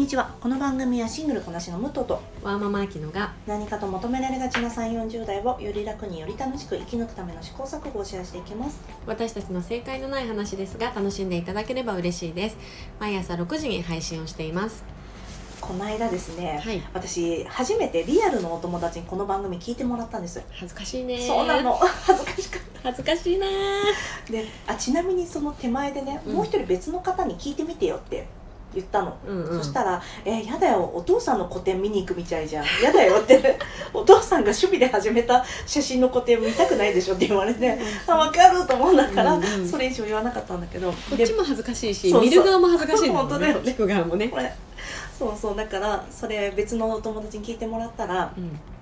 にちは。この番組はシングルこなしの武藤とワーママアキノが何かと求められがちな3、40代をより楽により楽しく生き抜くための試行錯誤をシェアしていきます。 私たちの正解のない話ですが楽しんでいただければ嬉しいです。毎朝6時に配信をしています。 この間ですね、 はい、 私初めてリアルのお友達にこの番組聞いてもらったんです。 恥ずかしいね。 そうなの、恥ずかしかった。 恥ずかしいなで、ちなみにその手前でね、もう一人別の方に聞いてみてよって言ったの、そしたらやだよ、お父さんの個展見に行くみたいじゃん、やだよってお父さんが趣味で始めた写真の個展見たくないでしょって言われて、分かると思うんだから、それ以上言わなかったんだけど、 こっちも恥ずかしいし、見る側も恥ずかしいんだもんね。 本当だよね、 聞く側もね。 そうだからそれ別のお友達に聞いてもらったら、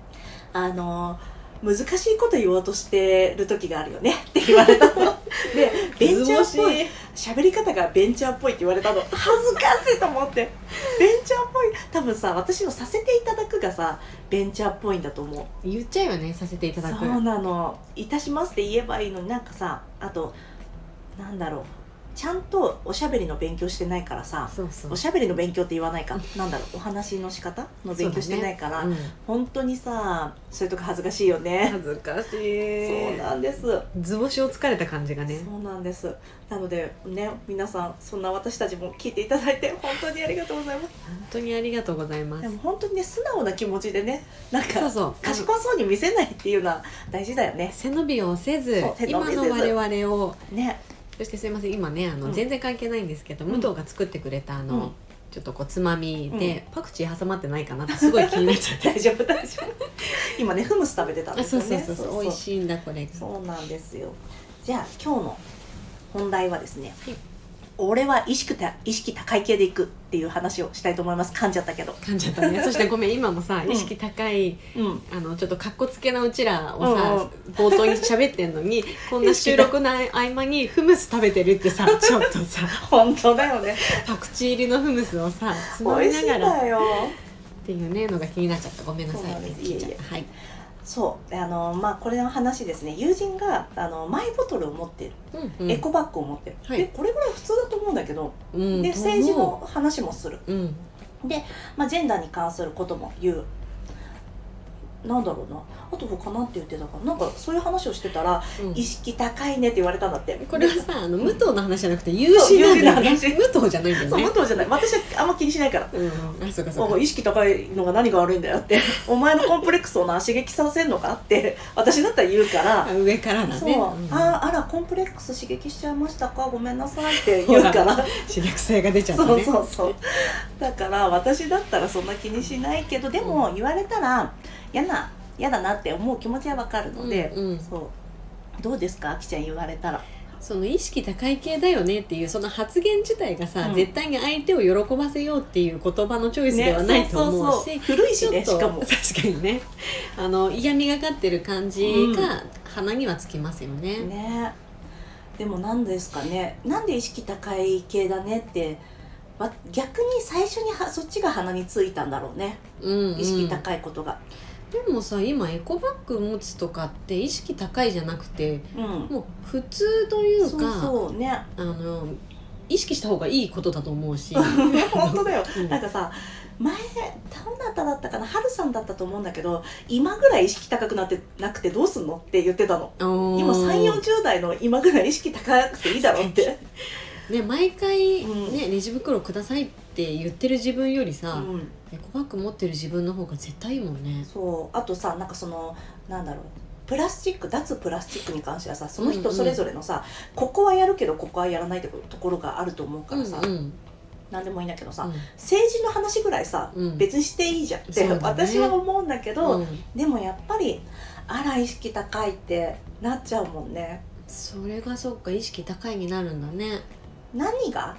難しいこと言おうとしてる時があるよねって言われたので、ベンチャーっぽい喋り方がベンチャーっぽいって言われたの。恥ずかしいと思って。ベンチャーっぽい、多分さ、私のさせていただくがさベンチャーっぽいんだと思う。 言っちゃうよね、させていただく。 そうなの、いたしますって言えばいいのに、なんかさ、あとなんだろう、ちゃんとおしゃべりの勉強してないからさ、おしゃべりの勉強って言わないかなんだろう、お話の仕方の勉強してないから、本当にさ、そういうとこ恥ずかしいよね。 恥ずかしい。 そうなんです。 図星をつかれた感じがね。 そうなんです。なのでね、皆さんそんな私たちも聞いていただいて本当にありがとうございます。 本当にありがとうございます。 でも本当にね、素直な気持ちでね、なんか賢そうに見せないっていうのは大事だよね。 背伸びをせず、今の我々をね。 そしてすいません、今ね全然関係ないんですけど、武藤が作ってくれたちょっとこうつまみで、パクチー挟まってないかなってすごい気になっちゃって大丈夫今ね、フムス食べてたんですよね。 そう美味しいんだこれ。 そうなんですよ。じゃあ今日の本題はですね、俺は意識高い系でいくっていう話をしたいと思います。噛んじゃったけど。 噛んじゃったね。そしてごめん、今もさ、意識高い、ちょっとかっこつけなうちらをさ、冒頭に喋ってんのにこんな収録の合間にフムス食べてるってさ、ちょっとさ本当だよね。 パクチー入りのフムスをさつまみながらっていうねのが気になっちゃった。ごめんなさい。はい。 そうこれの話ですね。友人がマイボトルを持ってる、エコバッグを持ってる、でこれぐらい普通だと思うんだけど、で政治の話もする、で、ジェンダーに関することも言う。なんだろうな、あと他なんて言ってたかな、なんかそういう話をしてたら、意識高いねって言われたんだって。 これはさ、武藤の話じゃなくて友人なんだよね。武藤じゃないんだよね。 武藤じゃない、私はあんま気にしないから、意識高いのが何が悪いんだよってお前のコンプレックスを刺激させんのかって私だったら言うから、 上からだね。 あらコンプレックス刺激しちゃいましたか、ごめんなさいって言うから刺激性が出ちゃったね。 そうだから私だったらそんな気にしないけど、でも言われたら嫌だなって思う気持ちはわかるので、どうですか、あきちゃん、言われたら。 その意識高い系だよねっていうその発言自体がさ、絶対に相手を喜ばせようっていう言葉のチョイスではないと思うし、 古いしね、しかも確かにね、嫌味がかってる感じが鼻にはつきますよね。 でも何ですかね、なんで意識高い系だねって逆に最初にそっちが鼻についたんだろうね、意識高いことが。 でもさ、今エコバッグ持つとかって意識高いじゃなくて、もう普通というか、意識した方がいいことだと思うし本当だよ、なんかさ、前どなただったかな、はるさんだったと思うんだけど、今ぐらい意識高くなってなくてどうすんのって言ってたの。今3、40代の今ぐらい意識高くていいだろってね、毎回、レジ袋くださいって言ってる自分よりさ、エコバッグ持ってる自分の方が絶対いいもんね。 あとさ、なんかなんだろう、脱プラスチックに関してはさ、その人それぞれのさ、ここはやるけどここはやらないってところがあると思うからさ、なんでもいいんだけどさ、政治の話ぐらいさ、別にしていいじゃんって私は思うんだけど、でもやっぱり意識高いってなっちゃうもんね。 それがそっか、意識高いになるんだね。 何が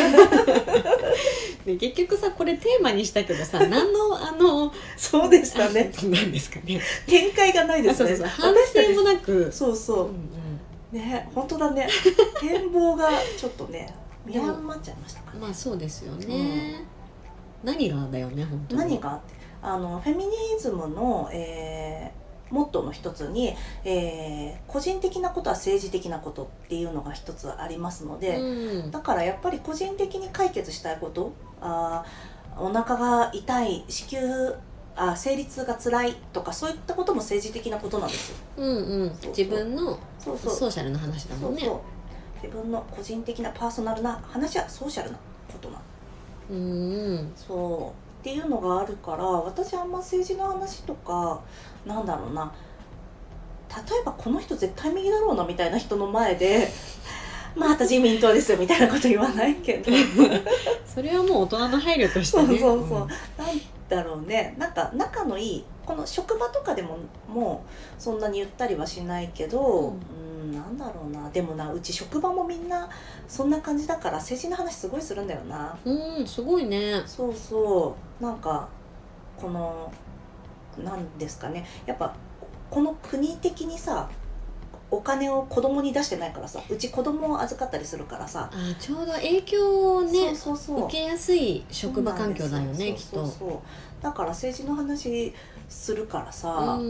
結局さ、これテーマにしたけどさ、何のそうでしたね。 何ですかね、 展開がないですね。 反省もなく、 ね、本当だね展望がちょっとね見誤っちゃいましたかね。 そうですよね、何がだよね、本当に何がって、フェミニズムの、モットーの一つに、個人的なことは政治的なことっていうのが一つありますので、だからやっぱり個人的に解決したいこと、 お腹が痛い、生理痛が辛いとか、そういったことも政治的なことなんですよ。 自分のソーシャルな話だもんね。 自分の個人的なパーソナルな話はソーシャルなことなの。そうっていうのがあるから、私あんま政治の話とか、なんだろうな、例えばこの人絶対右だろうなみたいな人の前でまた自民党ですよみたいなこと言わないけどそれはもう大人の配慮としてね。 なんだろうね、なんか仲のいい、この職場とかでももうそんなに言ったりはしないけど、なんだろうな、でもな、うち職場もみんなそんな感じだから政治の話すごいするんだよな。 すごいね。 なんかこのなんですかね、やっぱこの国的にさ、お金を子供に出してないからさ、うち子供を預かったりするからさ、 ちょうど影響をね受けやすい職場環境だよね、きっと。 だから政治の話するからさ、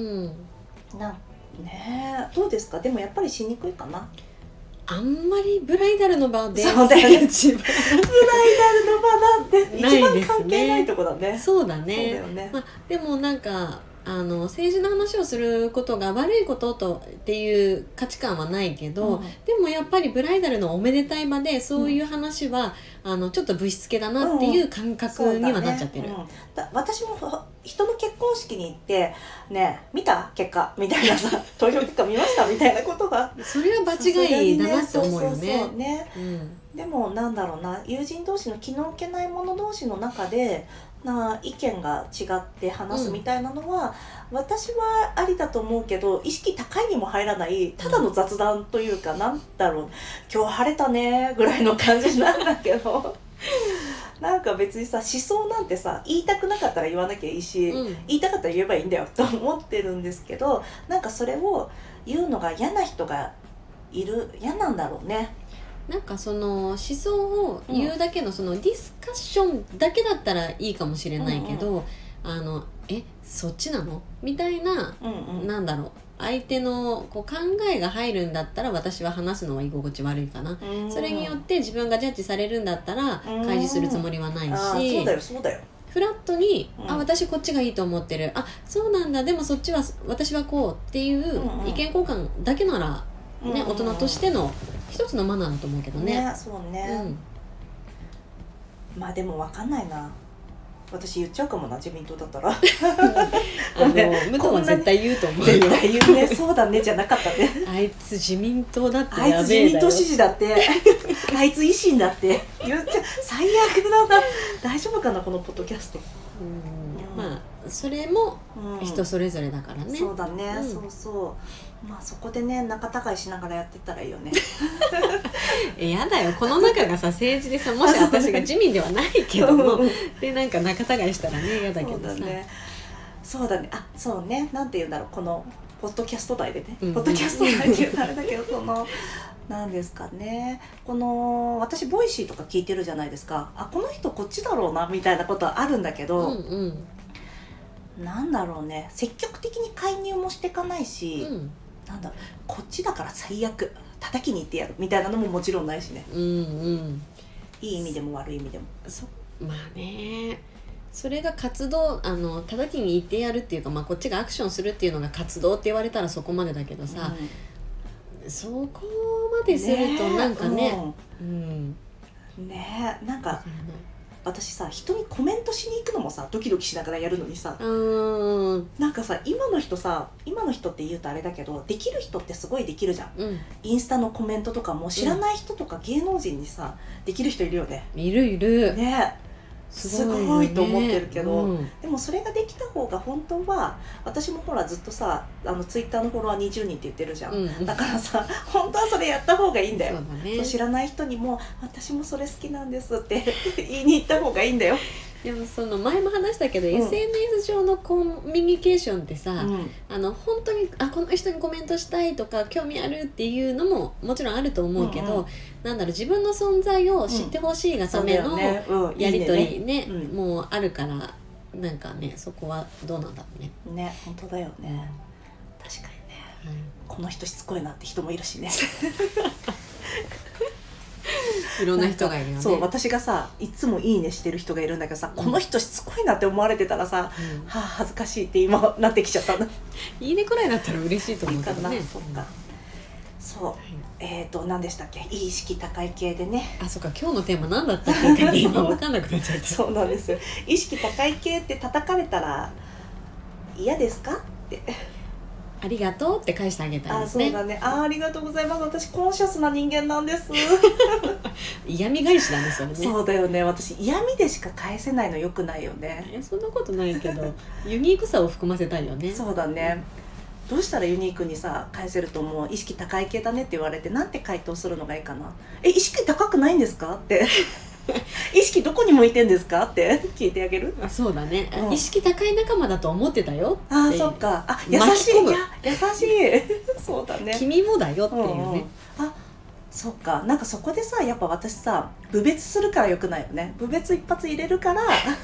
どうですか？でもやっぱりしにくいかな。 あんまりブライダルの場でそうだよねブライダルの場なんて一番関係ないとこだね。 そうだね。でもなんか政治の話をすることが悪いことっていう価値観はないけど、でもやっぱりブライダルのおめでたい場でそういう話は、ちょっとぶしつけだなっていう感覚にはなっちゃってる。 私も人の結婚式に行ってね、見た結果みたいなさ投票結果見ましたみたいなことがそれは場違いだなって思うよね。 でもなんだろうな、友人同士の気の置けない者同士の中で意見が違って話すみたいなのは、私はありだと思うけど、意識高いにも入らないただの雑談というか、なんだろう、今日晴れたねぐらいの感じなんだけどなんか別にさ、思想なんてさ、言いたくなかったら言わなきゃいいし、言いたかったら言えばいいんだよと思ってるんですけど、なんかそれを言うのが嫌な人が嫌なんだろうね。 なんかその思想を言うだけのそのディスカッションだけだったらいいかもしれないけど、そっちなのみたいな、なんだろう、相手の考えが入るんだったら私は話すのは居心地悪いかな。それによって自分がジャッジされるんだったら開示するつもりはないし、 そうだよフラットに、私こっちがいいと思ってる、そうなんだ、でもそっちは私はこうっていう意見交換だけならね、大人としての一つのマナーだと思うけどね。 そうね、まあでも分かんないな、私言っちゃうかもな、自民党だったら武藤は絶対言うと思うよ。 絶対言うね。そうだねじゃなかったね。 あいつ自民党だってやべえだよ、あいつ自民党支持だってあいつ維新だって言っちゃう。最悪だな。大丈夫かなこのポッドキャスト。 まあそれも人それぞれだからね。 そうだね、まあそこでね、仲違いしながらやってったらいいよねやだよ、この中がさ政治でさ、もし私が自民ではないけどもでなんか仲違いしたらね嫌だけどさ。 そうだね、そうね、なんて言うんだろう、このポッドキャスト内でね、ポッドキャスト内って言うとあれだけど、そのなんですかね、この私ボイシーとか聞いてるじゃないですか。この人こっちだろうなみたいなことはあるんだけど、なんだろうね、積極的に介入もしていかないし、なんだろう、こっちだから最悪叩きに行ってやるみたいなのももちろんないしね。いい意味でも悪い意味でも。 まあね、それが活動、叩きに行ってやるっていうか、こっちがアクションするっていうのが活動って言われたらそこまでだけどさ、そこまでするとなんかね、 なんか私さ、人にコメントしに行くのもさドキドキしながらやるのにさ、なんかさ、今の人って言うとあれだけど、できる人ってすごいできるじゃん、インスタのコメントとかも知らない人とか芸能人にさ、できる人いるよね。 いるね、すごいと思ってるけど、でもそれができた方が本当は、私もほらずっとさ、ツイッターのフォロワー20人って言ってるじゃん、だからさ、本当はそれやった方がいいんだよ。そう、知らない人にも私もそれ好きなんですって言いに行った方がいいんだよ。 でもその前も話したけど、SNS 上のコミュニケーションってさ、本当にこの人にコメントしたいとか興味あるっていうのももちろんあると思うけど、なんだろう、自分の存在を知ってほしいがためのやり取りね、もうあるから、なんかね、そこはどうなんだろうね。 本当だよね。確かにね、この人しつこいなって人もいるしねいろんな人がいるよね。 そう、私がさいつもいいねしてる人がいるんだけどさ、この人しつこいなって思われてたらさ、はあ恥ずかしいって今なってきちゃったんだ。 いいねくらいだったら嬉しいと思うけどね。 そっか。そう、何でしたっけ、いい意識高い系でね。 あ、そっか、今日のテーマ何だったっけって今分かんなくなっちゃった。 そうなんですよ。意識高い系って叩かれたら嫌ですかってありがとうって返してあげたいですね。 そうだね。ありがとうございます。私コンシャスな人間なんです。 嫌味返しなんですよね。 そうだよね。私嫌味でしか返せないの良くないよね。 そんなことないけどユニークさを含ませたいよね。 そうだね。どうしたらユニークにさ返せると思う？意識高い系だねって言われてなんて回答するのがいいかな。意識高くないんですかって意識どこに向いてんですかって聞いてあげる。 そうだね、意識高い仲間だと思ってたよって。 そっか。優しい。優しいそうだね。 君もだよっていうね、 そっか。なんかそこでさ、やっぱ私さ侮蔑するからよくないよね。侮蔑一発入れるから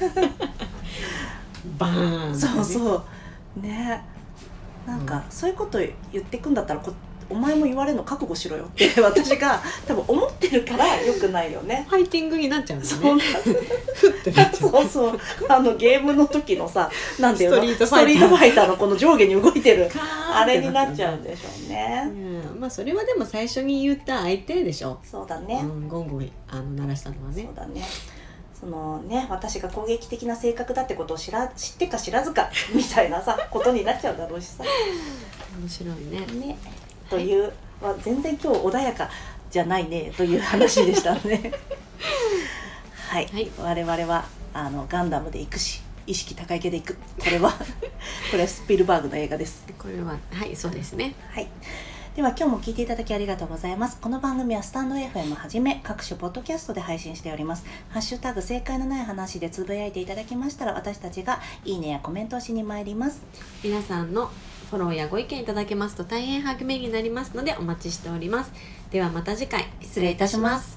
バーン、ね、 そうそうね。なんか、そういうこと言ってくんだったらお前も言われるの覚悟しろよって私が多分思ってるからよくないよね。 ファイティングになっちゃうんだよね。 ふってなっちゃう。そうそうゲームの時のさ、なんていうの、 ストリートファイターのこの上下に動いてるあれになっちゃうんでしょうね。 まあそれはでも最初に言った相手でしょ。 そうだね。 ゴンゴン鳴らしたのはね。 そうだね。そのね、私が攻撃的な性格だってことを知ってか知らずかみたいなさことになっちゃうだろうしさ。 面白いね。 という、全然今日穏やかじゃないねという話でしたね。はい、我々はガンダムで行くし、意識高い系で行く。これはスピルバーグの映画です。 これはそうですね。 はい。では今日も聞いていただきありがとうございます。この番組はスタンド FM はじめ各種ポッドキャストで配信しております。ハッシュタグ正解のない話でつぶやいていただきましたら、私たちがいいねやコメントをしに参ります。 皆さんのフォローやご意見いただけますと大変励みになりますのでお待ちしております。ではまた次回失礼いたします。